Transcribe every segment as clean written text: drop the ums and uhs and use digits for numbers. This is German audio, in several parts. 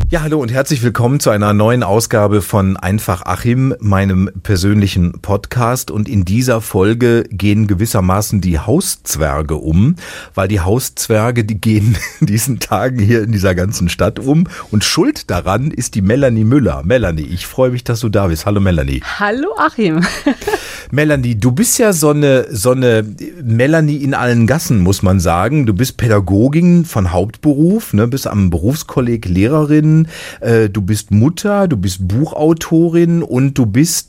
Ja, hallo und herzlich willkommen zu einer neuen Ausgabe von Einfach Achim, meinem persönlichen Podcast. Und in dieser Folge gehen gewissermaßen die Hauszwerge um, weil die Hauszwerge, die gehen in diesen Tagen hier in dieser ganzen Stadt um. Und schuld daran ist die Melanie Müller. Melanie, ich freue mich, dass du da bist. Hallo Melanie. Hallo Achim. Melanie, du bist ja so eine Melanie in allen Gassen, muss man sagen. Du bist Pädagogin von Hauptberuf, ne, bist am Berufskolleg Lehrerin. Du bist Mutter, du bist Buchautorin und du bist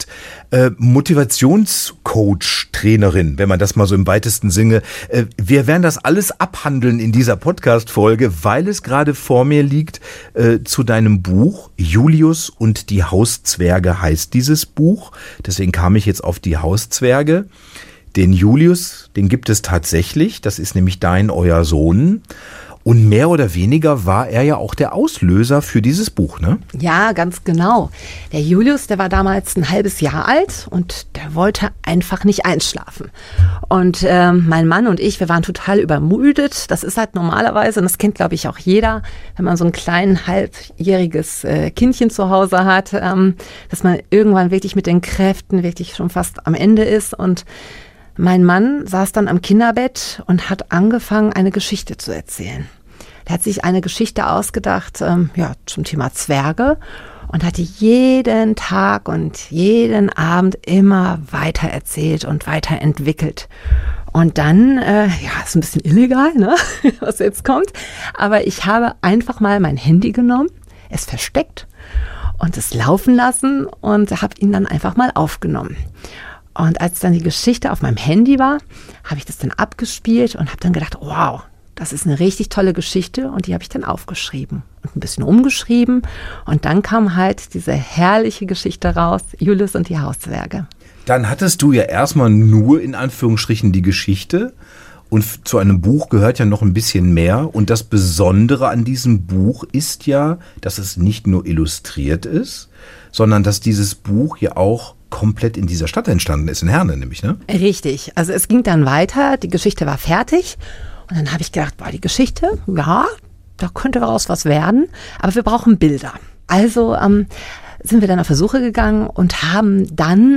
Motivationscoach, Trainerin, wenn man das mal so im weitesten Sinne. Wir werden das alles abhandeln in dieser Podcast-Folge, weil es gerade vor mir liegt zu deinem Buch. Julius und die Hauszwerge heißt dieses Buch. Deswegen kam ich jetzt auf die Hauszwerge. Den Julius, den gibt es tatsächlich. Das ist nämlich euer Sohn. Und mehr oder weniger war er ja auch der Auslöser für dieses Buch, ne? Ja, ganz genau. Der Julius, der war damals ein halbes Jahr alt und der wollte einfach nicht einschlafen. Und mein Mann und ich, wir waren total übermüdet. Das ist halt normalerweise, und das kennt, glaube ich, auch jeder, wenn man so ein klein halbjähriges Kindchen zu Hause hat, dass man irgendwann wirklich mit den Kräften wirklich schon fast am Ende ist. Und mein Mann saß dann am Kinderbett und hat angefangen, eine Geschichte zu erzählen. Der hat sich eine Geschichte ausgedacht, zum Thema Zwerge und hatte jeden Tag und jeden Abend immer weiter erzählt und weiterentwickelt. Und dann, ist ein bisschen illegal, ne, was jetzt kommt, aber ich habe einfach mal mein Handy genommen, es versteckt und es laufen lassen und habe ihn dann einfach mal aufgenommen. Und als dann die Geschichte auf meinem Handy war, habe ich das dann abgespielt und habe dann gedacht, wow, das ist eine richtig tolle Geschichte, und die habe ich dann aufgeschrieben und ein bisschen umgeschrieben, und dann kam halt diese herrliche Geschichte raus, Julius und die Hauszwerge. Dann hattest du ja erstmal nur in Anführungsstrichen die Geschichte, und zu einem Buch gehört ja noch ein bisschen mehr, und das Besondere an diesem Buch ist ja, dass es nicht nur illustriert ist, sondern dass dieses Buch ja auch komplett in dieser Stadt entstanden ist, in Herne nämlich, ne? Richtig, also es ging dann weiter, die Geschichte war fertig. Und dann habe ich gedacht, die Geschichte, ja, da könnte daraus was werden, aber wir brauchen Bilder. Also sind wir dann auf Versuche gegangen und haben dann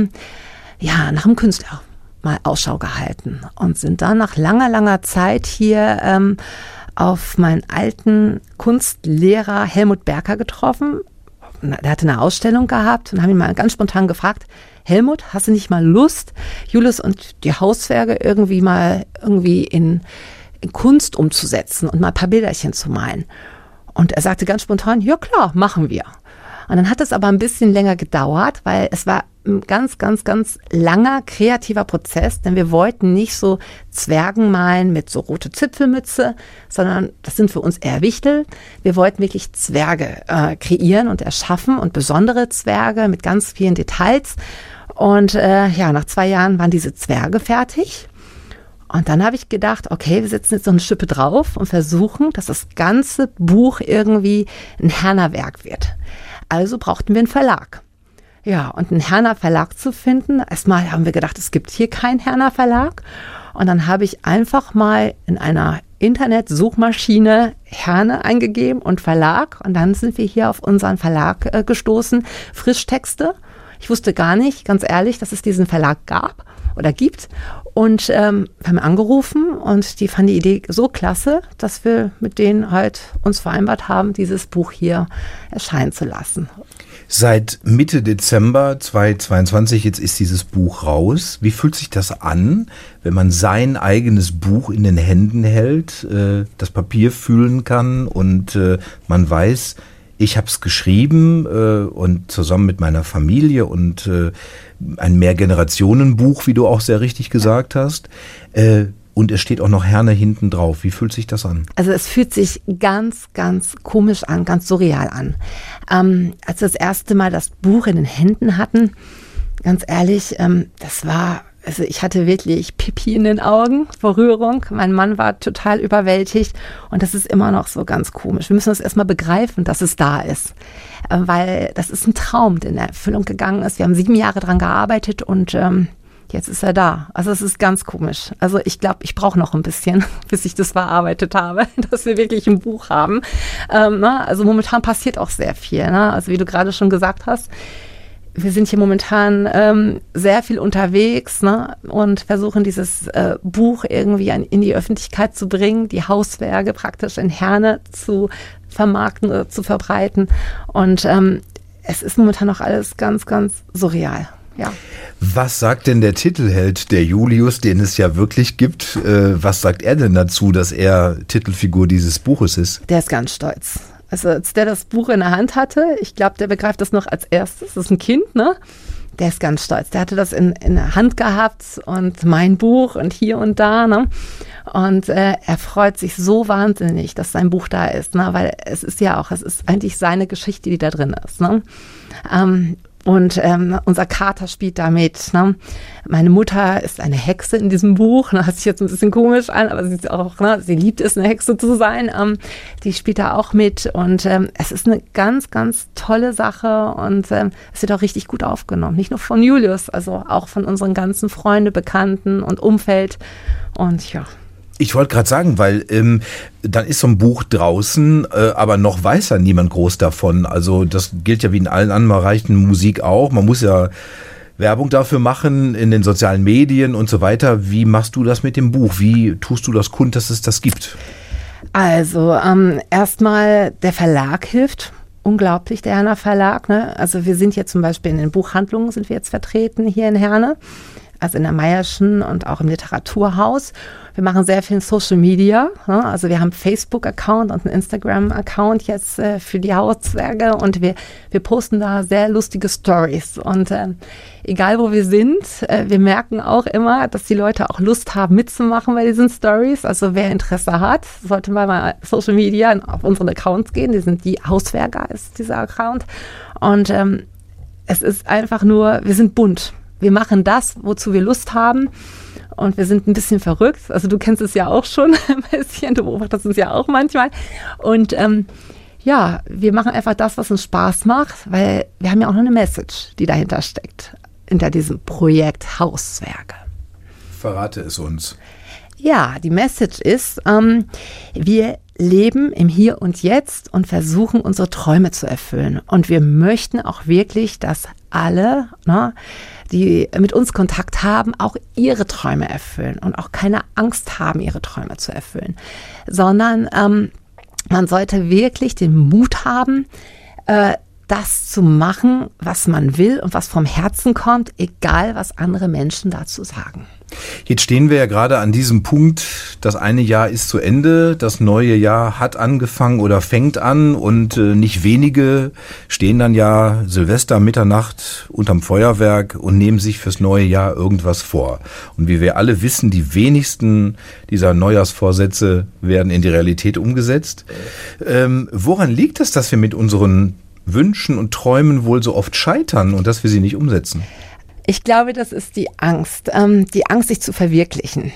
nach einem Künstler mal Ausschau gehalten und sind dann nach langer Zeit hier auf meinen alten Kunstlehrer Helmut Berker getroffen. Der hatte eine Ausstellung gehabt und haben ihn mal ganz spontan gefragt, Helmut, hast du nicht mal Lust, Julius und die Hauszwerge irgendwie in Kunst umzusetzen und mal ein paar Bilderchen zu malen? Und er sagte ganz spontan, ja klar, machen wir. Und dann hat es aber ein bisschen länger gedauert, weil es war ein ganz, ganz, ganz langer kreativer Prozess, denn wir wollten nicht so Zwergen malen mit so rote Zipfelmütze, sondern das sind für uns eher Wichtel. Wir wollten wirklich Zwerge kreieren und erschaffen und besondere Zwerge mit ganz vielen Details. Und nach 2 Jahren waren diese Zwerge fertig. Und dann habe ich gedacht, okay, wir setzen jetzt so eine Schippe drauf und versuchen, dass das ganze Buch irgendwie ein Herner Werk wird. Also brauchten wir einen Verlag. Ja, und einen Herner Verlag zu finden, erstmal haben wir gedacht, es gibt hier keinen Herner Verlag. Und dann habe ich einfach mal in einer Internet-Suchmaschine Herne eingegeben und Verlag. Und dann sind wir hier auf unseren Verlag gestoßen, Frischtexte. Ich wusste gar nicht, ganz ehrlich, dass es diesen Verlag gab oder gibt. Und haben angerufen, und die fanden die Idee so klasse, dass wir mit denen halt uns vereinbart haben, dieses Buch hier erscheinen zu lassen. Seit Mitte Dezember 2022, jetzt ist dieses Buch raus. Wie fühlt sich das an, wenn man sein eigenes Buch in den Händen hält, das Papier fühlen kann und man weiß, ich habe es geschrieben und zusammen mit meiner Familie und ein Mehrgenerationenbuch, wie du auch sehr richtig gesagt hast. Und es steht auch noch Herne hinten drauf. Wie fühlt sich das an? Also es fühlt sich ganz, ganz komisch an, ganz surreal an. Als wir das erste Mal das Buch in den Händen hatten, ganz ehrlich, das war Also ich hatte wirklich Pipi in den Augen vor Rührung. Mein Mann war total überwältigt und das ist immer noch so ganz komisch. Wir müssen das erstmal begreifen, dass es da ist, weil das ist ein Traum, der in Erfüllung gegangen ist. Wir haben 7 Jahre dran gearbeitet und jetzt ist er da. Also es ist ganz komisch. Also ich glaube, ich brauche noch ein bisschen, bis ich das verarbeitet habe, dass wir wirklich ein Buch haben. Also momentan passiert auch sehr viel. Ne? Also wie du gerade schon gesagt hast, wir sind hier momentan sehr viel unterwegs, ne? Und versuchen dieses Buch irgendwie in die Öffentlichkeit zu bringen, die Hauswerke praktisch in Herne zu vermarkten oder zu verbreiten. Und es ist momentan noch alles ganz, ganz surreal. Ja. Was sagt denn der Titelheld, der Julius, den es ja wirklich gibt? Was sagt er denn dazu, dass er Titelfigur dieses Buches ist? Der ist ganz stolz. Also als der das Buch in der Hand hatte, ich glaube, der begreift das noch als erstes. Das ist ein Kind, ne? Der ist ganz stolz. Der hatte das in der Hand gehabt und mein Buch und hier und da, ne? Und er freut sich so wahnsinnig, dass sein Buch da ist, ne? Weil es ist eigentlich seine Geschichte, die da drin ist, ne? Und unser Kater spielt da mit. Ne? Meine Mutter ist eine Hexe in diesem Buch. Das hört sich jetzt ein bisschen komisch an, aber sie ist auch, ne, sie liebt es, eine Hexe zu sein. Die spielt da auch mit. Und es ist eine ganz, ganz tolle Sache. Und es wird auch richtig gut aufgenommen. Nicht nur von Julius, also auch von unseren ganzen Freunden, Bekannten und Umfeld. Und ja. Ich wollte gerade sagen, weil dann ist so ein Buch draußen, aber noch weiß ja niemand groß davon. Also das gilt ja wie in allen anderen Bereichen Musik auch. Man muss ja Werbung dafür machen in den sozialen Medien und so weiter. Wie machst du das mit dem Buch? Wie tust du das kund, dass es das gibt? Also erstmal der Verlag hilft. Unglaublich, der Herne Verlag. Ne? Also wir sind jetzt zum Beispiel in den Buchhandlungen sind wir jetzt vertreten hier in Herne. Also in der Meierschen und auch im Literaturhaus. Wir machen sehr viel in Social Media. Ne? Also wir haben einen Facebook-Account und einen Instagram-Account jetzt für die Hauswerke und wir posten da sehr lustige Stories. Und egal wo wir sind, wir merken auch immer, dass die Leute auch Lust haben mitzumachen bei diesen Stories. Also wer Interesse hat, sollte mal Social Media auf unseren Accounts gehen. Die Hauswerke ist dieser Account. Und es ist einfach nur, wir sind bunt. Wir machen das, wozu wir Lust haben und wir sind ein bisschen verrückt. Also du kennst es ja auch schon ein bisschen, du beobachtest uns ja auch manchmal. Und wir machen einfach das, was uns Spaß macht, weil wir haben ja auch noch eine Message, die dahinter steckt, hinter diesem Projekt Hauswerke. Verrate es uns. Ja, die Message ist, wir leben im Hier und Jetzt und versuchen, unsere Träume zu erfüllen. Und wir möchten auch wirklich, dass alle, die mit uns Kontakt haben, auch ihre Träume erfüllen und auch keine Angst haben, ihre Träume zu erfüllen. Sondern man sollte wirklich den Mut haben, das zu machen, was man will und was vom Herzen kommt, egal was andere Menschen dazu sagen. Jetzt stehen wir ja gerade an diesem Punkt, das eine Jahr ist zu Ende, das neue Jahr hat angefangen oder fängt an und nicht wenige stehen dann ja Silvester, Mitternacht unterm Feuerwerk und nehmen sich fürs neue Jahr irgendwas vor. Und wie wir alle wissen, die wenigsten dieser Neujahrsvorsätze werden in die Realität umgesetzt. Woran liegt es, dass wir mit unseren Wünschen und Träumen wohl so oft scheitern und dass wir sie nicht umsetzen? Ich glaube, das ist die Angst, sich zu verwirklichen.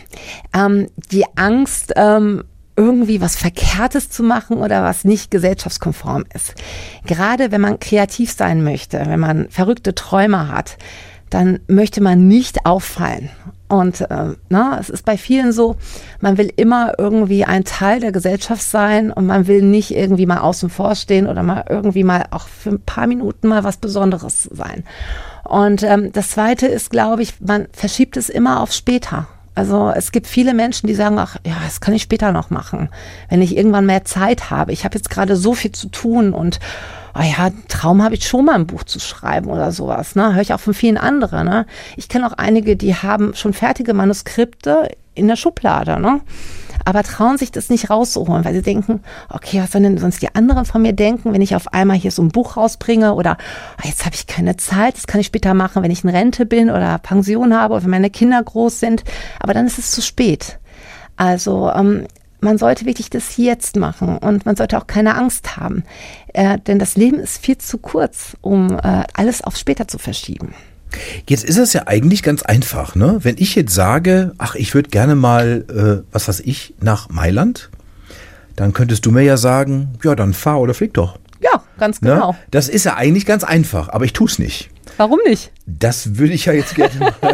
Die Angst, irgendwie was Verkehrtes zu machen oder was nicht gesellschaftskonform ist. Gerade wenn man kreativ sein möchte, wenn man verrückte Träume hat, dann möchte man nicht auffallen. Und es ist bei vielen so, man will immer irgendwie ein Teil der Gesellschaft sein und man will nicht irgendwie mal außen vor stehen oder mal irgendwie mal auch für ein paar Minuten mal was Besonderes sein. Und das Zweite ist, glaube ich, man verschiebt es immer auf später. Also es gibt viele Menschen, die sagen, ach ja, das kann ich später noch machen, wenn ich irgendwann mehr Zeit habe. Ich habe jetzt gerade so viel zu tun und einen Traum habe ich schon mal, ein Buch zu schreiben oder sowas. Ne? Höre ich auch von vielen anderen. Ne? Ich kenne auch einige, die haben schon fertige Manuskripte in der Schublade, ne? Aber trauen sich das nicht rauszuholen, weil sie denken, okay, was sollen denn sonst die anderen von mir denken, wenn ich auf einmal hier so ein Buch rausbringe oder jetzt habe ich keine Zeit, das kann ich später machen, wenn ich in Rente bin oder Pension habe oder wenn meine Kinder groß sind. Aber dann ist es zu spät. Also man sollte wirklich das jetzt machen und man sollte auch keine Angst haben, denn das Leben ist viel zu kurz, um alles auf später zu verschieben. Jetzt ist es ja eigentlich ganz einfach, ne? Wenn ich jetzt sage, ach, ich würde gerne mal, nach Mailand, dann könntest du mir ja sagen, ja, dann fahr oder flieg doch. Ja, ganz genau. Ne? Das ist ja eigentlich ganz einfach, aber ich tue es nicht. Warum nicht? Das würde ich ja jetzt gerne mal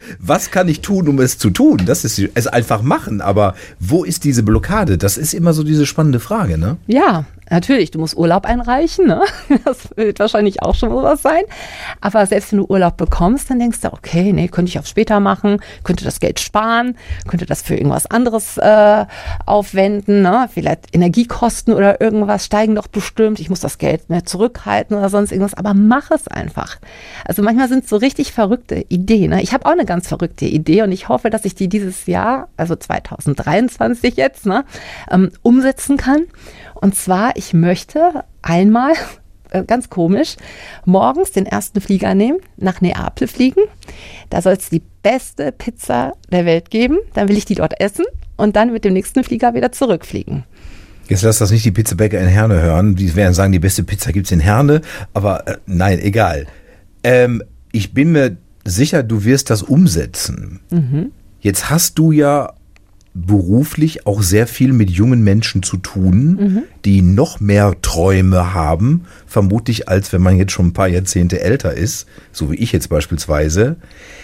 Was kann ich tun, um es zu tun? Das ist es einfach machen. Aber wo ist diese Blockade? Das ist immer so diese spannende Frage, ne? Ja, natürlich, du musst Urlaub einreichen, ne? Das wird wahrscheinlich auch schon was sein. Aber selbst wenn du Urlaub bekommst, dann denkst du, okay, nee, könnte ich auf später machen, könnte das Geld sparen, könnte das für irgendwas anderes aufwenden, ne? Vielleicht Energiekosten oder irgendwas steigen doch bestimmt, ich muss das Geld mehr zurückhalten oder sonst irgendwas, aber mach es einfach. Also manchmal sind es so richtig verrückte Ideen, ne? Ich habe auch eine ganz verrückte Idee und ich hoffe, dass ich die dieses Jahr, also 2023 jetzt, ne, umsetzen kann. Und zwar, ich möchte einmal, ganz komisch, morgens den ersten Flieger nehmen, nach Neapel fliegen. Da soll es die beste Pizza der Welt geben. Dann will ich die dort essen und dann mit dem nächsten Flieger wieder zurückfliegen. Jetzt lass das nicht die Pizzabäcker in Herne hören. Die werden sagen, die beste Pizza gibt's in Herne. Aber nein, egal. Ich bin mir sicher, du wirst das umsetzen. Mhm. Jetzt hast du ja beruflich auch sehr viel mit jungen Menschen zu tun, die noch mehr Träume haben, vermutlich als wenn man jetzt schon ein paar Jahrzehnte älter ist, so wie ich jetzt beispielsweise.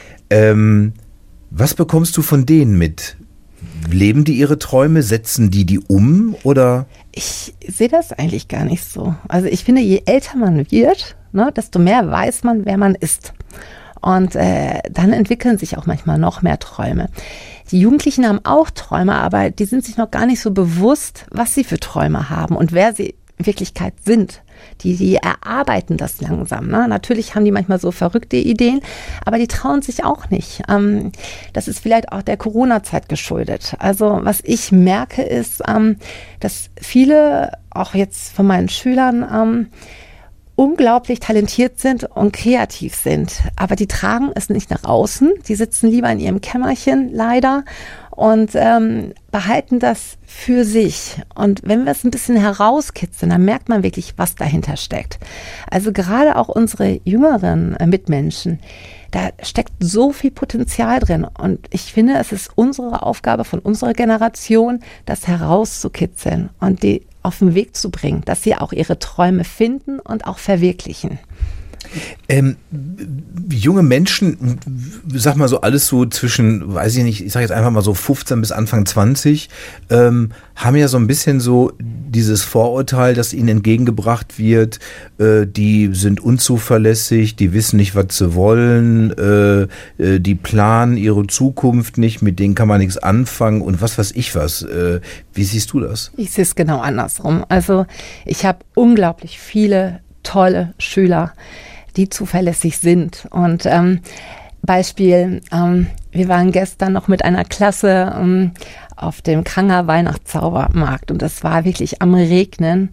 Was bekommst du von denen mit? Leben die ihre Träume? Setzen die um? Oder? Ich sehe das eigentlich gar nicht so. Also ich finde, je älter man wird, ne, desto mehr weiß man, wer man ist. Und dann entwickeln sich auch manchmal noch mehr Träume. Die Jugendlichen haben auch Träume, aber die sind sich noch gar nicht so bewusst, was sie für Träume haben und wer sie in Wirklichkeit sind. Die erarbeiten das langsam. Ne? Natürlich haben die manchmal so verrückte Ideen, aber die trauen sich auch nicht. Das ist vielleicht auch der Corona-Zeit geschuldet. Also was ich merke ist, dass viele, auch jetzt von meinen Schülern, unglaublich talentiert sind und kreativ sind. Aber die tragen es nicht nach außen. Die sitzen lieber in ihrem Kämmerchen, leider, und behalten das für sich. Und wenn wir es ein bisschen herauskitzeln, dann merkt man wirklich, was dahinter steckt. Also gerade auch unsere jüngeren Mitmenschen, da steckt so viel Potenzial drin. Und ich finde, es ist unsere Aufgabe von unserer Generation, das herauszukitzeln und die auf den Weg zu bringen, dass sie auch ihre Träume finden und auch verwirklichen. Junge Menschen, sag mal so alles so zwischen, weiß ich nicht, ich sag jetzt einfach mal so 15 bis Anfang 20, haben ja so ein bisschen so dieses Vorurteil, das ihnen entgegengebracht wird, die sind unzuverlässig, die wissen nicht, was sie wollen, die planen ihre Zukunft nicht, mit denen kann man nichts anfangen und was weiß ich was. Wie siehst du das? Ich sehe es genau andersrum. Also ich habe unglaublich viele tolle Schüler, die zuverlässig sind. Und Beispiel, wir waren gestern noch mit einer Klasse auf dem Kranger Weihnachtszaubermarkt und es war wirklich am Regnen.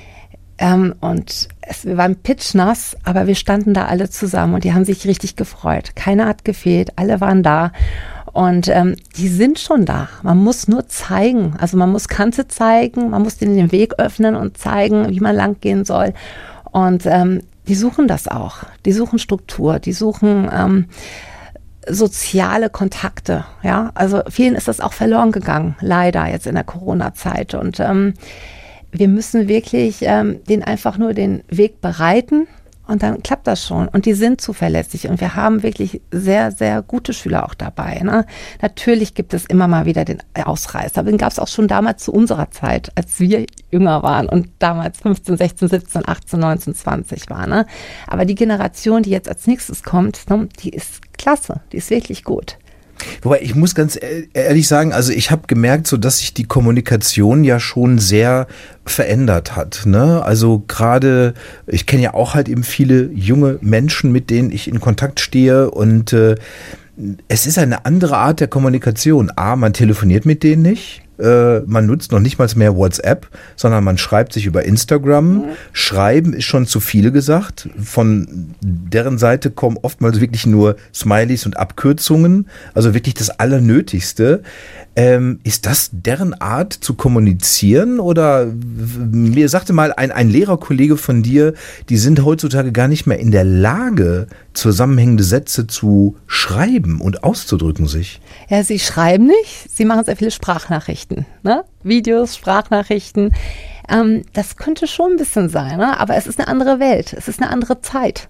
Und wir waren pitschnass, aber wir standen da alle zusammen und die haben sich richtig gefreut. Keiner hat gefehlt, alle waren da. Und die sind schon da. Man muss nur zeigen. Also man muss Kante zeigen, man muss denen den Weg öffnen und zeigen, wie man lang gehen soll. Und die suchen das auch. Die suchen Struktur, die suchen soziale Kontakte. Ja, also vielen ist das auch verloren gegangen, leider jetzt in der Corona-Zeit. Und wir müssen wirklich denen einfach nur den Weg bereiten. Und dann klappt das schon. Und die sind zuverlässig. Und wir haben wirklich sehr, sehr gute Schüler auch dabei. Ne? Natürlich gibt es immer mal wieder den Ausreißer. Aber den gab es auch schon damals zu unserer Zeit, als wir jünger waren und damals 15, 16, 17, 18, 19, 20 waren. Ne? Aber die Generation, die jetzt als nächstes kommt, ne, die ist klasse. Die ist wirklich gut. Wobei, ich muss ganz ehrlich sagen, also ich habe gemerkt, so dass sich die Kommunikation ja schon sehr verändert hat. Ne? Also gerade, ich kenne ja auch halt eben viele junge Menschen, mit denen ich in Kontakt stehe und es ist eine andere Art der Kommunikation. Man telefoniert mit denen nicht. Man nutzt noch nicht mal mehr WhatsApp, sondern man schreibt sich über Instagram. Schreiben ist schon zu viele gesagt. Von deren Seite kommen oftmals wirklich nur Smileys und Abkürzungen. Also wirklich das Allernötigste. Ist das deren Art zu kommunizieren? Oder mir sagte mal ein Lehrerkollege von dir, die sind heutzutage gar nicht mehr in der Lage, zusammenhängende Sätze zu schreiben und auszudrücken sich. Ja, sie schreiben nicht, sie machen sehr viele Sprachnachrichten, ne? Videos, Sprachnachrichten. Das könnte schon ein bisschen sein, ne? Aber es ist eine andere Welt, es ist eine andere Zeit.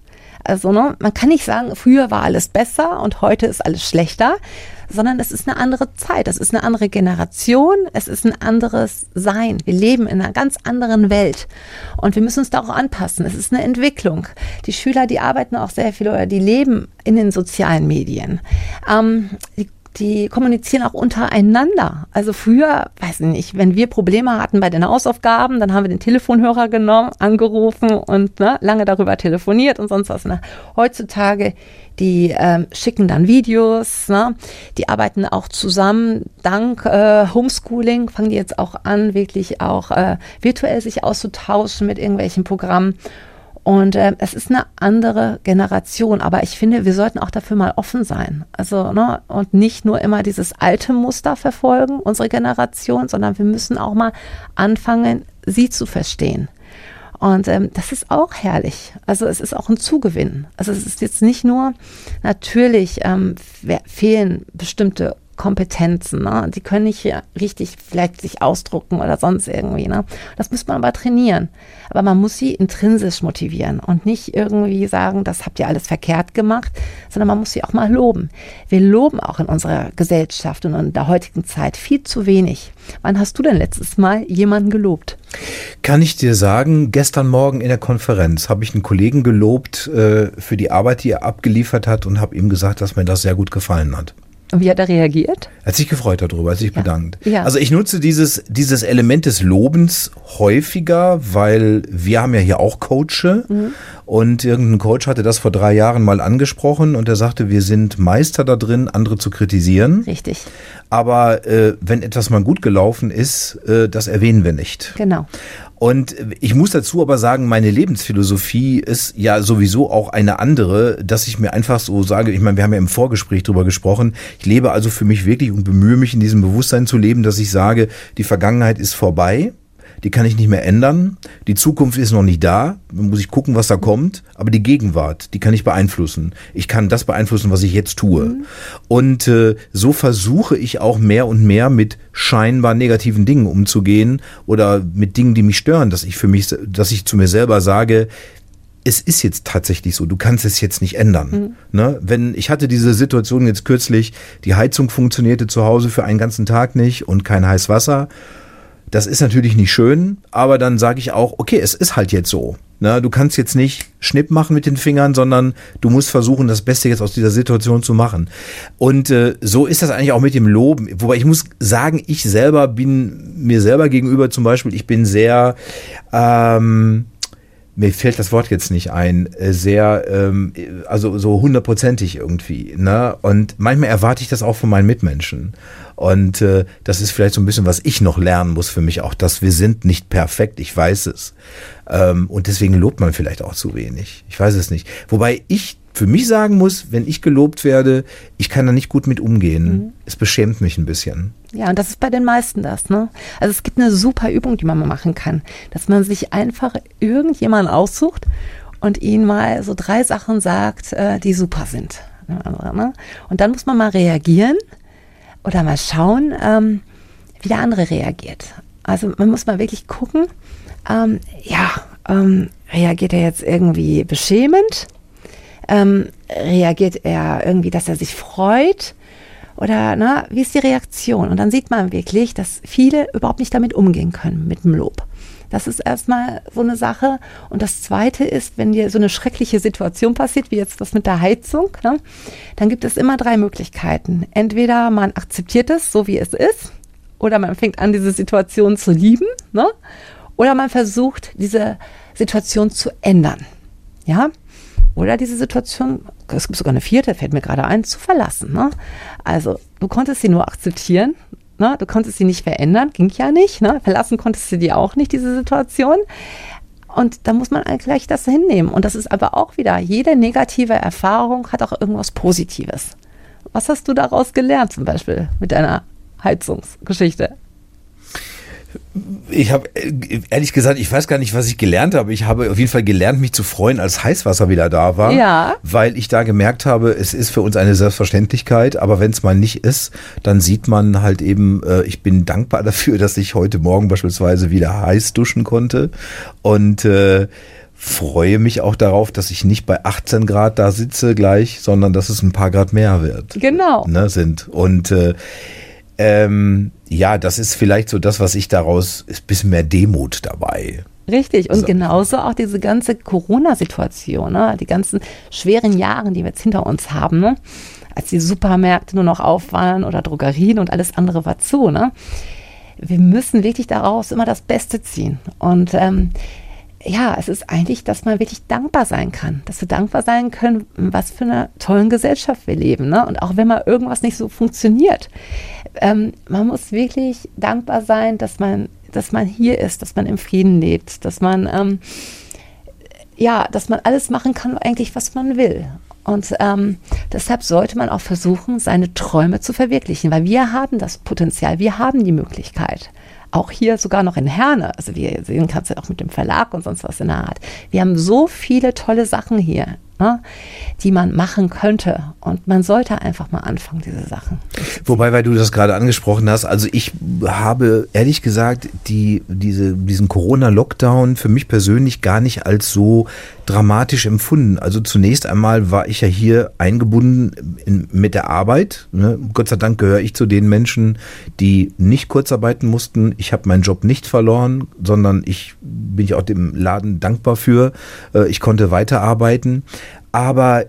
Also ne, man kann nicht sagen, früher war alles besser und heute ist alles schlechter, sondern es ist eine andere Zeit, es ist eine andere Generation, es ist ein anderes Sein. Wir leben in einer ganz anderen Welt und wir müssen uns da auch anpassen. Es ist eine Entwicklung. Die Schüler, die arbeiten auch sehr viel oder die leben in den sozialen Medien. Die kommunizieren auch untereinander. Also früher, weiß ich nicht, wenn wir Probleme hatten bei den Hausaufgaben, dann haben wir den Telefonhörer genommen, angerufen und lange darüber telefoniert und sonst was. Heutzutage, die schicken dann Videos, die arbeiten auch zusammen. Dank Homeschooling fangen die jetzt auch an, wirklich auch virtuell sich auszutauschen mit irgendwelchen Programmen. Und es ist eine andere Generation, aber ich finde, wir sollten auch dafür mal offen sein. Also und nicht nur immer dieses alte Muster verfolgen, unsere Generation, sondern wir müssen auch mal anfangen, sie zu verstehen. Und das ist auch herrlich. Also es ist auch ein Zugewinn. Also es ist jetzt nicht nur, natürlich fehlen bestimmte Kompetenzen, die können nicht richtig vielleicht sich ausdrucken oder sonst irgendwie. Das muss man aber trainieren. Aber man muss sie intrinsisch motivieren und nicht irgendwie sagen, das habt ihr alles verkehrt gemacht, sondern man muss sie auch mal loben. Wir loben auch in unserer Gesellschaft und in der heutigen Zeit viel zu wenig. Wann hast du denn letztes Mal jemanden gelobt? Kann ich dir sagen, gestern Morgen in der Konferenz habe ich einen Kollegen gelobt für die Arbeit, die er abgeliefert hat und habe ihm gesagt, dass mir das sehr gut gefallen hat. Und wie hat er reagiert? Er hat sich gefreut darüber, hat sich bedankt. Ja. Also ich nutze dieses Element des Lobens häufiger, weil wir haben ja hier auch Coache und irgendein Coach hatte das vor 3 Jahren mal angesprochen und er sagte, wir sind Meister da drin, andere zu kritisieren. Richtig. Aber wenn etwas mal gut gelaufen ist, das erwähnen wir nicht. Genau. Und ich muss dazu aber sagen, meine Lebensphilosophie ist ja sowieso auch eine andere, dass ich mir einfach so sage, ich meine, wir haben ja im Vorgespräch drüber gesprochen, ich lebe also für mich wirklich und bemühe mich in diesem Bewusstsein zu leben, dass ich sage, die Vergangenheit ist vorbei, die kann ich nicht mehr ändern, die Zukunft ist noch nicht da, dann muss ich gucken, was da kommt, aber die Gegenwart, die kann ich beeinflussen. Ich kann das beeinflussen, was ich jetzt tue. Und so versuche ich auch mehr und mehr mit scheinbar negativen Dingen umzugehen oder mit Dingen, die mich stören, dass ich zu mir selber sage, es ist jetzt tatsächlich so, du kannst es jetzt nicht ändern. Ich hatte diese Situation jetzt kürzlich, die Heizung funktionierte zu Hause für einen ganzen Tag nicht und kein heißes Wasser. Das ist natürlich nicht schön, aber dann sage ich auch, okay, es ist halt jetzt so. Du kannst jetzt nicht Schnipp machen mit den Fingern, sondern du musst versuchen, das Beste jetzt aus dieser Situation zu machen. Und so ist das eigentlich auch mit dem Loben. Wobei ich muss sagen, ich selber bin mir selber gegenüber zum Beispiel, ich bin sehr, mir fällt das Wort jetzt nicht ein, sehr, also so 100%ig irgendwie. Und manchmal erwarte ich das auch von meinen Mitmenschen. Und das ist vielleicht so ein bisschen, was ich noch lernen muss für mich auch, dass wir sind nicht perfekt, ich weiß es. Und deswegen lobt man vielleicht auch zu wenig. Ich weiß es nicht. Wobei ich für mich sagen muss, wenn ich gelobt werde, ich kann da nicht gut mit umgehen. Es beschämt mich ein bisschen. Ja, und das ist bei den meisten das, Also es gibt eine super Übung, die man mal machen kann, dass man sich einfach irgendjemanden aussucht und ihnen mal so 3 Sachen sagt, die super sind. Und dann muss man mal reagieren oder mal schauen, wie der andere reagiert. Also man muss mal wirklich gucken, reagiert er jetzt irgendwie beschämend? Reagiert er irgendwie, dass er sich freut? Oder wie ist die Reaktion? Und dann sieht man wirklich, dass viele überhaupt nicht damit umgehen können, mit dem Lob. Das ist erstmal so eine Sache. Und das Zweite ist, wenn dir so eine schreckliche Situation passiert, wie jetzt das mit der Heizung, dann gibt es immer 3 Möglichkeiten. Entweder man akzeptiert es, so wie es ist, oder man fängt an, diese Situation zu lieben, oder man versucht, diese Situation zu ändern. Ja? Oder diese Situation, es gibt sogar eine 4., fällt mir gerade ein, zu verlassen. Also du konntest sie nur akzeptieren, du konntest sie nicht verändern, ging ja nicht. Verlassen konntest du die auch nicht, diese Situation. Und da muss man gleich das hinnehmen. Und das ist aber auch wieder, jede negative Erfahrung hat auch irgendwas Positives. Was hast du daraus gelernt zum Beispiel mit deiner Heizungsgeschichte? Ich habe, ehrlich gesagt, ich weiß gar nicht, was ich gelernt habe. Ich habe auf jeden Fall gelernt, mich zu freuen, als Heißwasser wieder da war. Ja. Weil ich da gemerkt habe, es ist für uns eine Selbstverständlichkeit, aber wenn es mal nicht ist, dann sieht man halt eben, ich bin dankbar dafür, dass ich heute Morgen beispielsweise wieder heiß duschen konnte und freue mich auch darauf, dass ich nicht bei 18 Grad da sitze gleich, sondern dass es ein paar Grad mehr wird. Genau. Ne, sind. Und ja, das ist vielleicht so das, was ich daraus, ist ein bisschen mehr Demut dabei. Richtig, und genauso auch diese ganze Corona-Situation, ne? Die ganzen schweren Jahre, die wir jetzt hinter uns haben, ne? Als die Supermärkte nur noch auf waren oder Drogerien und alles andere war zu. Ne? Wir müssen wirklich daraus immer das Beste ziehen. Und ja, es ist eigentlich, dass man wirklich dankbar sein kann. Dass wir dankbar sein können, was für eine tollen Gesellschaft wir leben. Ne? Und auch wenn mal irgendwas nicht so funktioniert. Man muss wirklich dankbar sein, dass man hier ist, dass man im Frieden lebt, dass man dass man alles machen kann, eigentlich, was man will. Und deshalb sollte man auch versuchen, seine Träume zu verwirklichen, weil wir haben das Potenzial, wir haben die Möglichkeit. Auch hier sogar noch in Herne, also wie ihr sehen kannst, ja auch mit dem Verlag und sonst was in der Art. Wir haben so viele tolle Sachen hier, ne, die man machen könnte. Und man sollte einfach mal anfangen, diese Sachen. Wobei, weil du das gerade angesprochen hast, also ich habe ehrlich gesagt diesen Corona-Lockdown für mich persönlich gar nicht als so dramatisch empfunden. Also zunächst einmal war ich ja hier eingebunden mit der Arbeit. Ne? Gott sei Dank gehöre ich zu den Menschen, die nicht kurzarbeiten mussten. Ich habe meinen Job nicht verloren, sondern bin ich auch dem Laden dankbar für. Ich konnte weiterarbeiten. Aber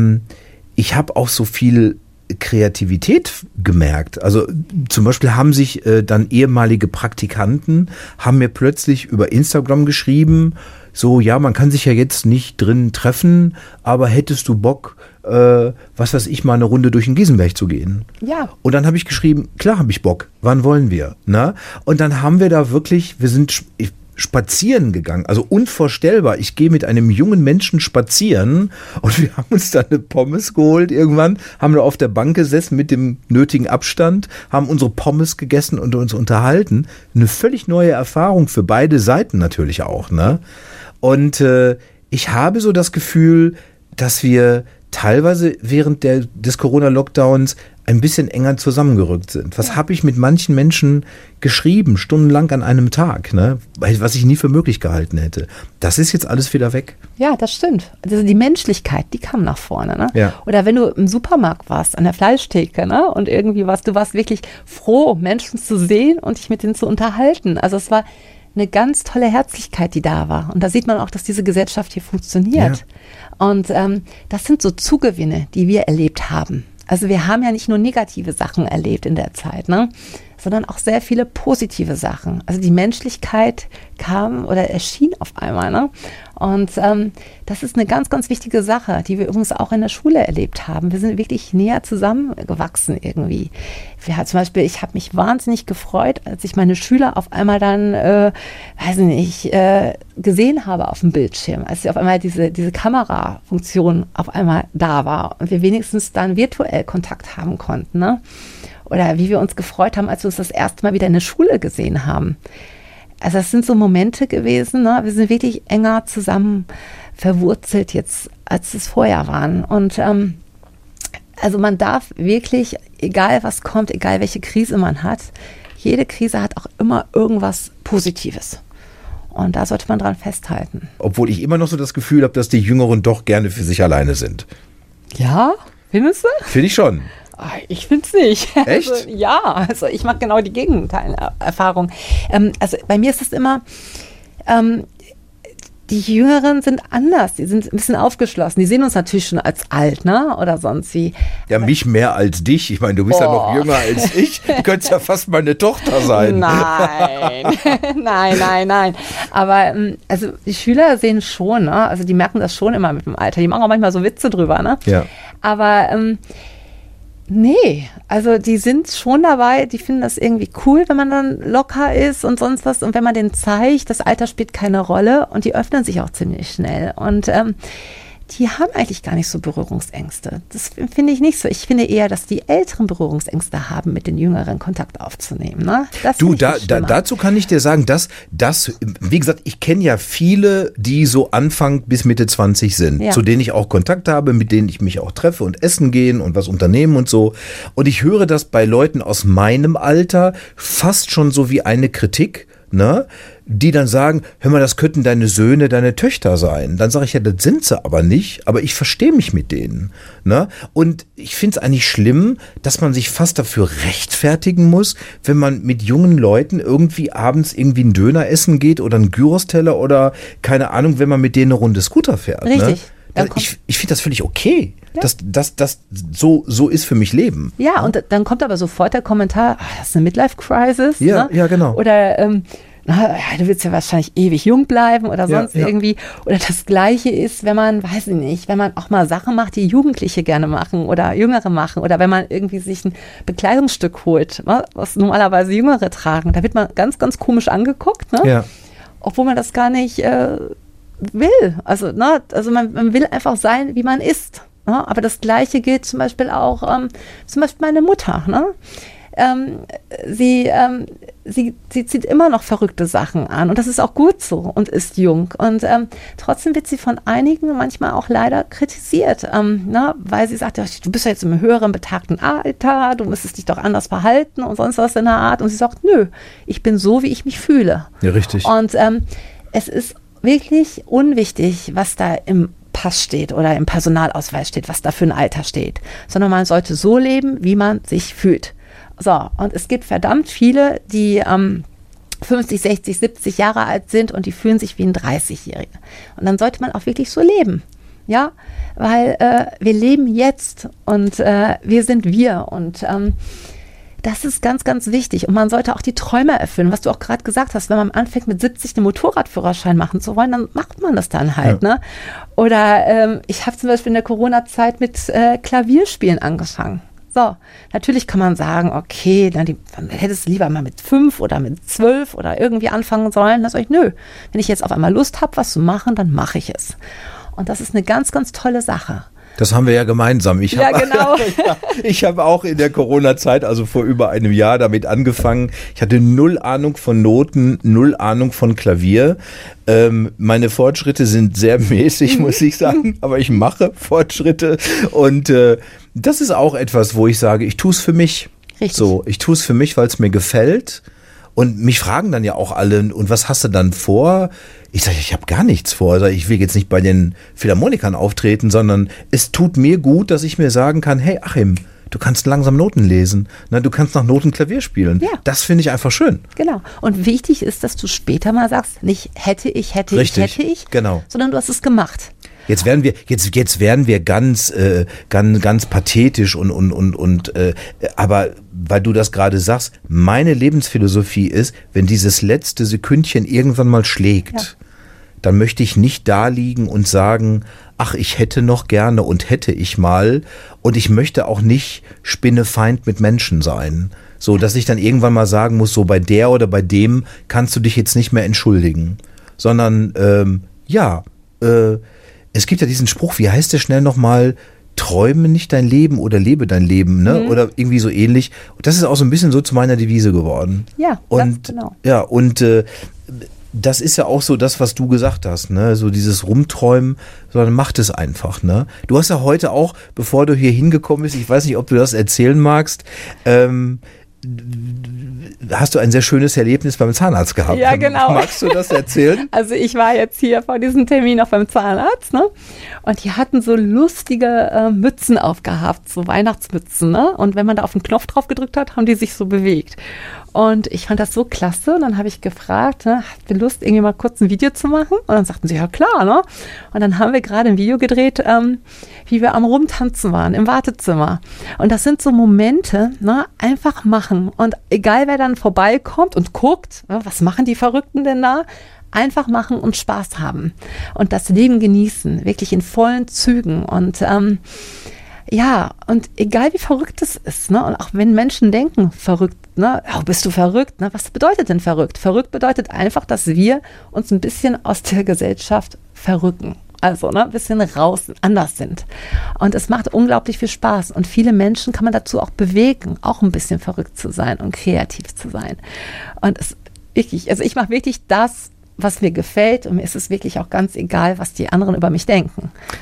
ich habe auch so viel Kreativität gemerkt. Also zum Beispiel haben sich dann ehemalige Praktikanten, haben mir plötzlich über Instagram geschrieben, so, ja, man kann sich ja jetzt nicht drin treffen, aber hättest du Bock, was weiß ich, mal eine Runde durch den Giesenberg zu gehen? Ja. Und dann habe ich geschrieben, klar habe ich Bock, wann wollen wir? Na? Und dann haben wir da wirklich, wir sind spazieren gegangen, also unvorstellbar. Ich gehe mit einem jungen Menschen spazieren und wir haben uns dann eine Pommes geholt irgendwann, haben da auf der Bank gesessen mit dem nötigen Abstand, haben unsere Pommes gegessen und uns unterhalten. Eine völlig neue Erfahrung für beide Seiten natürlich auch, ne? Und ich habe so das Gefühl, dass wir teilweise während des Corona-Lockdowns ein bisschen enger zusammengerückt sind. Was habe ich mit manchen Menschen geschrieben, stundenlang an einem Tag, ne? Was ich nie für möglich gehalten hätte. Das ist jetzt alles wieder weg. Ja, das stimmt. Also die Menschlichkeit, die kam nach vorne. Ne? Ja. Oder wenn du im Supermarkt warst, an der Fleischtheke, ne? Und irgendwie du warst wirklich froh, Menschen zu sehen und dich mit denen zu unterhalten. Also es war eine ganz tolle Herzlichkeit, die da war. Und da sieht man auch, dass diese Gesellschaft hier funktioniert. Ja. Und das sind so Zugewinne, die wir erlebt haben. Also wir haben ja nicht nur negative Sachen erlebt in der Zeit, ne, sondern auch sehr viele positive Sachen. Also die Menschlichkeit kam oder erschien auf einmal. Ne? Und das ist eine ganz, ganz wichtige Sache, die wir übrigens auch in der Schule erlebt haben. Wir sind wirklich näher zusammengewachsen irgendwie. Zum Beispiel, ich habe mich wahnsinnig gefreut, als ich meine Schüler auf einmal dann, gesehen habe auf dem Bildschirm, als auf einmal diese Kamerafunktion auf einmal da war und wir wenigstens dann virtuell Kontakt haben konnten. Ne? Oder wie wir uns gefreut haben, als wir uns das erste Mal wieder in der Schule gesehen haben. Also das sind so Momente gewesen, ne? Wir sind wirklich enger zusammen verwurzelt jetzt, als es vorher waren. Und also man darf wirklich, egal was kommt, egal welche Krise man hat, jede Krise hat auch immer irgendwas Positives. Und da sollte man dran festhalten. Obwohl ich immer noch so das Gefühl habe, dass die Jüngeren doch gerne für sich alleine sind. Ja, findest du? Finde ich schon. Ich finde es nicht. Echt? Also, ja, also ich mache genau die Gegenteil-Erfahrung. Also bei mir ist es immer, die Jüngeren sind anders, die sind ein bisschen aufgeschlossen. Die sehen uns natürlich schon als alt, ne? Oder sonst wie. Ja, mich mehr als dich. Ich meine, du bist ja noch jünger als ich. Du könntest ja fast meine Tochter sein. Nein, nein. Aber also die Schüler sehen schon, ne? Also die merken das schon immer mit dem Alter. Die machen auch manchmal so Witze drüber, ne? Ja. Aber nee, also die sind schon dabei, die finden das irgendwie cool, wenn man dann locker ist und sonst was. Und wenn man denen zeigt, das Alter spielt keine Rolle und die öffnen sich auch ziemlich schnell. Und die haben eigentlich gar nicht so Berührungsängste. Das finde ich nicht so. Ich finde eher, dass die Älteren Berührungsängste haben, mit den Jüngeren Kontakt aufzunehmen. Ne? Dazu kann ich dir sagen, dass wie gesagt, ich kenne ja viele, die so Anfang bis Mitte 20 sind, ja, zu denen ich auch Kontakt habe, mit denen ich mich auch treffe und essen gehen und was unternehmen und so. Und ich höre das bei Leuten aus meinem Alter fast schon so wie eine Kritik. ne, die dann sagen, hör mal, das könnten deine Söhne, deine Töchter sein. Dann sage ich, ja, das sind sie aber nicht, aber ich verstehe mich mit denen. Ne? Und ich finde es eigentlich schlimm, dass man sich fast dafür rechtfertigen muss, wenn man mit jungen Leuten irgendwie abends irgendwie einen Döner essen geht oder einen Gyros-Teller oder keine Ahnung, wenn man mit denen eine Runde Scooter fährt. Richtig. Ne? Ich finde das völlig okay. Ja. So ist für mich Leben. Ja, und dann kommt aber sofort der Kommentar, das ist eine Midlife-Crisis. Ja, ne? Ja, genau. Oder du willst ja wahrscheinlich ewig jung bleiben oder sonst irgendwie. Oder das Gleiche ist, wenn man, weiß ich nicht, wenn man auch mal Sachen macht, die Jugendliche gerne machen oder Jüngere machen. Oder wenn man irgendwie sich ein Bekleidungsstück holt, was normalerweise Jüngere tragen. Da wird man ganz, ganz komisch angeguckt, ne? Ja. Obwohl man das gar nicht will. Also man will einfach sein, wie man ist. Ne? Aber das Gleiche gilt zum Beispiel auch, zum Beispiel meine Mutter. Ne? Sie zieht immer noch verrückte Sachen an und das ist auch gut so und ist jung. Und trotzdem wird sie von einigen manchmal auch leider kritisiert, weil sie sagt, ja, du bist ja jetzt im höheren betagten Alter, du müsstest dich doch anders verhalten und sonst was in der Art. Und sie sagt, nö, ich bin so, wie ich mich fühle. Ja, richtig. Und es ist wirklich unwichtig, was da im Pass steht oder im Personalausweis steht, was da für ein Alter steht, sondern man sollte so leben, wie man sich fühlt. So, und es gibt verdammt viele, die 50, 60, 70 Jahre alt sind und die fühlen sich wie ein 30-Jähriger. Und dann sollte man auch wirklich so leben. Ja, weil wir leben jetzt und wir sind wir und das ist ganz, ganz wichtig. Und man sollte auch die Träume erfüllen, was du auch gerade gesagt hast. Wenn man anfängt, mit 70 einen Motorradführerschein machen zu wollen, dann macht man das dann halt. Ja. Ne? Oder ich habe zum Beispiel in der Corona-Zeit mit Klavierspielen angefangen. So, natürlich kann man sagen, okay, dann hättest du lieber mal mit 5 oder mit 12 oder irgendwie anfangen sollen. Dann sage ich, nö, wenn ich jetzt auf einmal Lust habe, was zu machen, dann mache ich es. Und das ist eine ganz, ganz tolle Sache. Das haben wir ja gemeinsam. Ich habe auch in der Corona-Zeit, also vor über einem Jahr, damit angefangen. Ich hatte null Ahnung von Noten, null Ahnung von Klavier. Meine Fortschritte sind sehr mäßig, muss ich sagen, aber ich mache Fortschritte. Und das ist auch etwas, wo ich sage, ich tue es für mich. Richtig. So, ich tue es für mich, weil es mir gefällt. Und mich fragen dann ja auch alle, und was hast du dann vor? Ich sage, ich habe gar nichts vor. Also ich will jetzt nicht bei den Philharmonikern auftreten, sondern es tut mir gut, dass ich mir sagen kann, hey Achim, du kannst langsam Noten lesen. Du kannst nach Noten Klavier spielen. Ja. Das finde ich einfach schön. Genau. Und wichtig ist, dass du später mal sagst, nicht hätte ich, genau. Sondern du hast es gemacht. Jetzt werden wir ganz pathetisch und aber weil du das gerade sagst, meine Lebensphilosophie ist, wenn dieses letzte Sekündchen irgendwann mal schlägt, dann möchte ich nicht da liegen und sagen, ach, ich hätte noch gerne und hätte ich mal, und ich möchte auch nicht Spinnefeind mit Menschen sein, so dass ich dann irgendwann mal sagen muss, so bei der oder bei dem kannst du dich jetzt nicht mehr entschuldigen, sondern es gibt ja diesen Spruch, wie heißt der schnell nochmal? Träume nicht dein Leben oder lebe dein Leben, ne? Oder irgendwie so ähnlich. Und das ist auch so ein bisschen so zu meiner Devise geworden. Ja, und, genau. Ja, und das ist ja auch so das, was du gesagt hast, ne? So dieses Rumträumen, sondern macht es einfach, ne? Du hast ja heute auch, bevor du hier hingekommen bist, ich weiß nicht, ob du das erzählen magst, hast du ein sehr schönes Erlebnis beim Zahnarzt gehabt. Ja, genau. Magst du das erzählen? Also ich war jetzt hier vor diesem Termin auch beim Zahnarzt, ne? Und die hatten so lustige Mützen aufgehabt, so Weihnachtsmützen, ne? Und wenn man da auf den Knopf drauf gedrückt hat, haben die sich so bewegt. Und ich fand das so klasse. Und dann habe ich gefragt, ne, habt ihr Lust, irgendwie mal kurz ein Video zu machen? Und dann sagten sie, ja klar, ne? Und dann haben wir gerade ein Video gedreht, wie wir am Rumtanzen waren im Wartezimmer. Und das sind so Momente, ne, einfach machen. Und egal, wer dann vorbeikommt und guckt, ne, was machen die Verrückten denn da? Einfach machen und Spaß haben. Und das Leben genießen, wirklich in vollen Zügen. Und und egal wie verrückt es ist, ne? Und auch wenn Menschen denken, verrückt, ne? Oh, bist du verrückt? Ne? Was bedeutet denn verrückt? Verrückt bedeutet einfach, dass wir uns ein bisschen aus der Gesellschaft verrücken. Also ein bisschen raus, anders sind. Und es macht unglaublich viel Spaß. Und viele Menschen kann man dazu auch bewegen, auch ein bisschen verrückt zu sein und kreativ zu sein. Und ich mache wirklich das, was mir gefällt. Und mir ist es wirklich auch ganz egal, was die anderen über mich denken.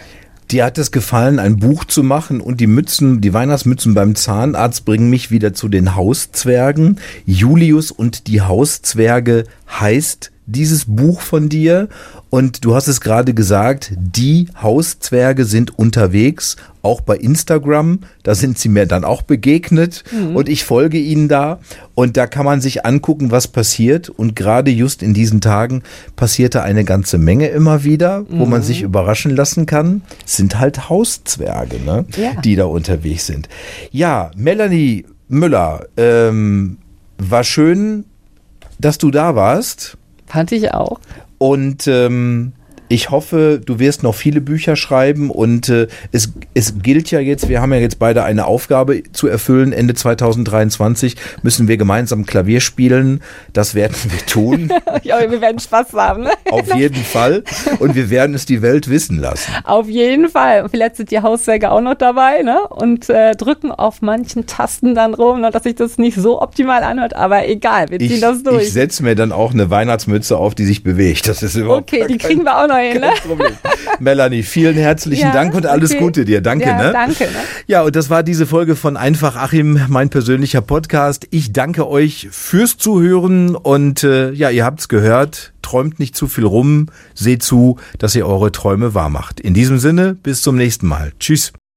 Dir hat es gefallen, ein Buch zu machen und die Weihnachtsmützen beim Zahnarzt bringen mich wieder zu den Hauszwergen. Julius und die Hauszwerge heißt dieses Buch von dir und du hast es gerade gesagt, die Hauszwerge sind unterwegs, auch bei Instagram, da sind sie mir dann auch begegnet und ich folge ihnen da und da kann man sich angucken, was passiert und gerade just in diesen Tagen passierte eine ganze Menge immer wieder, wo man sich überraschen lassen kann. Es sind halt Hauszwerge, ne? Ja. Die da unterwegs sind. Ja, Melanie Müller, war schön, dass du da warst. Fand ich auch. Und ich hoffe, du wirst noch viele Bücher schreiben und es gilt ja jetzt, wir haben ja jetzt beide eine Aufgabe zu erfüllen. Ende 2023 müssen wir gemeinsam Klavier spielen. Das werden wir tun. Ja, wir werden Spaß haben. Ne? Auf jeden Fall. Und wir werden es die Welt wissen lassen. Auf jeden Fall. Und vielleicht sind die Hauszwerge auch noch dabei, ne? Und drücken auf manchen Tasten dann rum, ne? Dass sich das nicht so optimal anhört. Aber egal, wir ziehen das durch. Ich setze mir dann auch eine Weihnachtsmütze auf, die sich bewegt. Das ist überhaupt okay, die kriegen wir auch noch hin, ne? Problem. Melanie, vielen herzlichen Dank und alles Gute dir. Danke, ja, ne? Danke, ne? Ja, und das war diese Folge von Einfach Achim, mein persönlicher Podcast. Ich danke euch fürs Zuhören und ja, ihr habt's gehört. Träumt nicht zu viel rum. Seht zu, dass ihr eure Träume wahr macht. In diesem Sinne, bis zum nächsten Mal. Tschüss.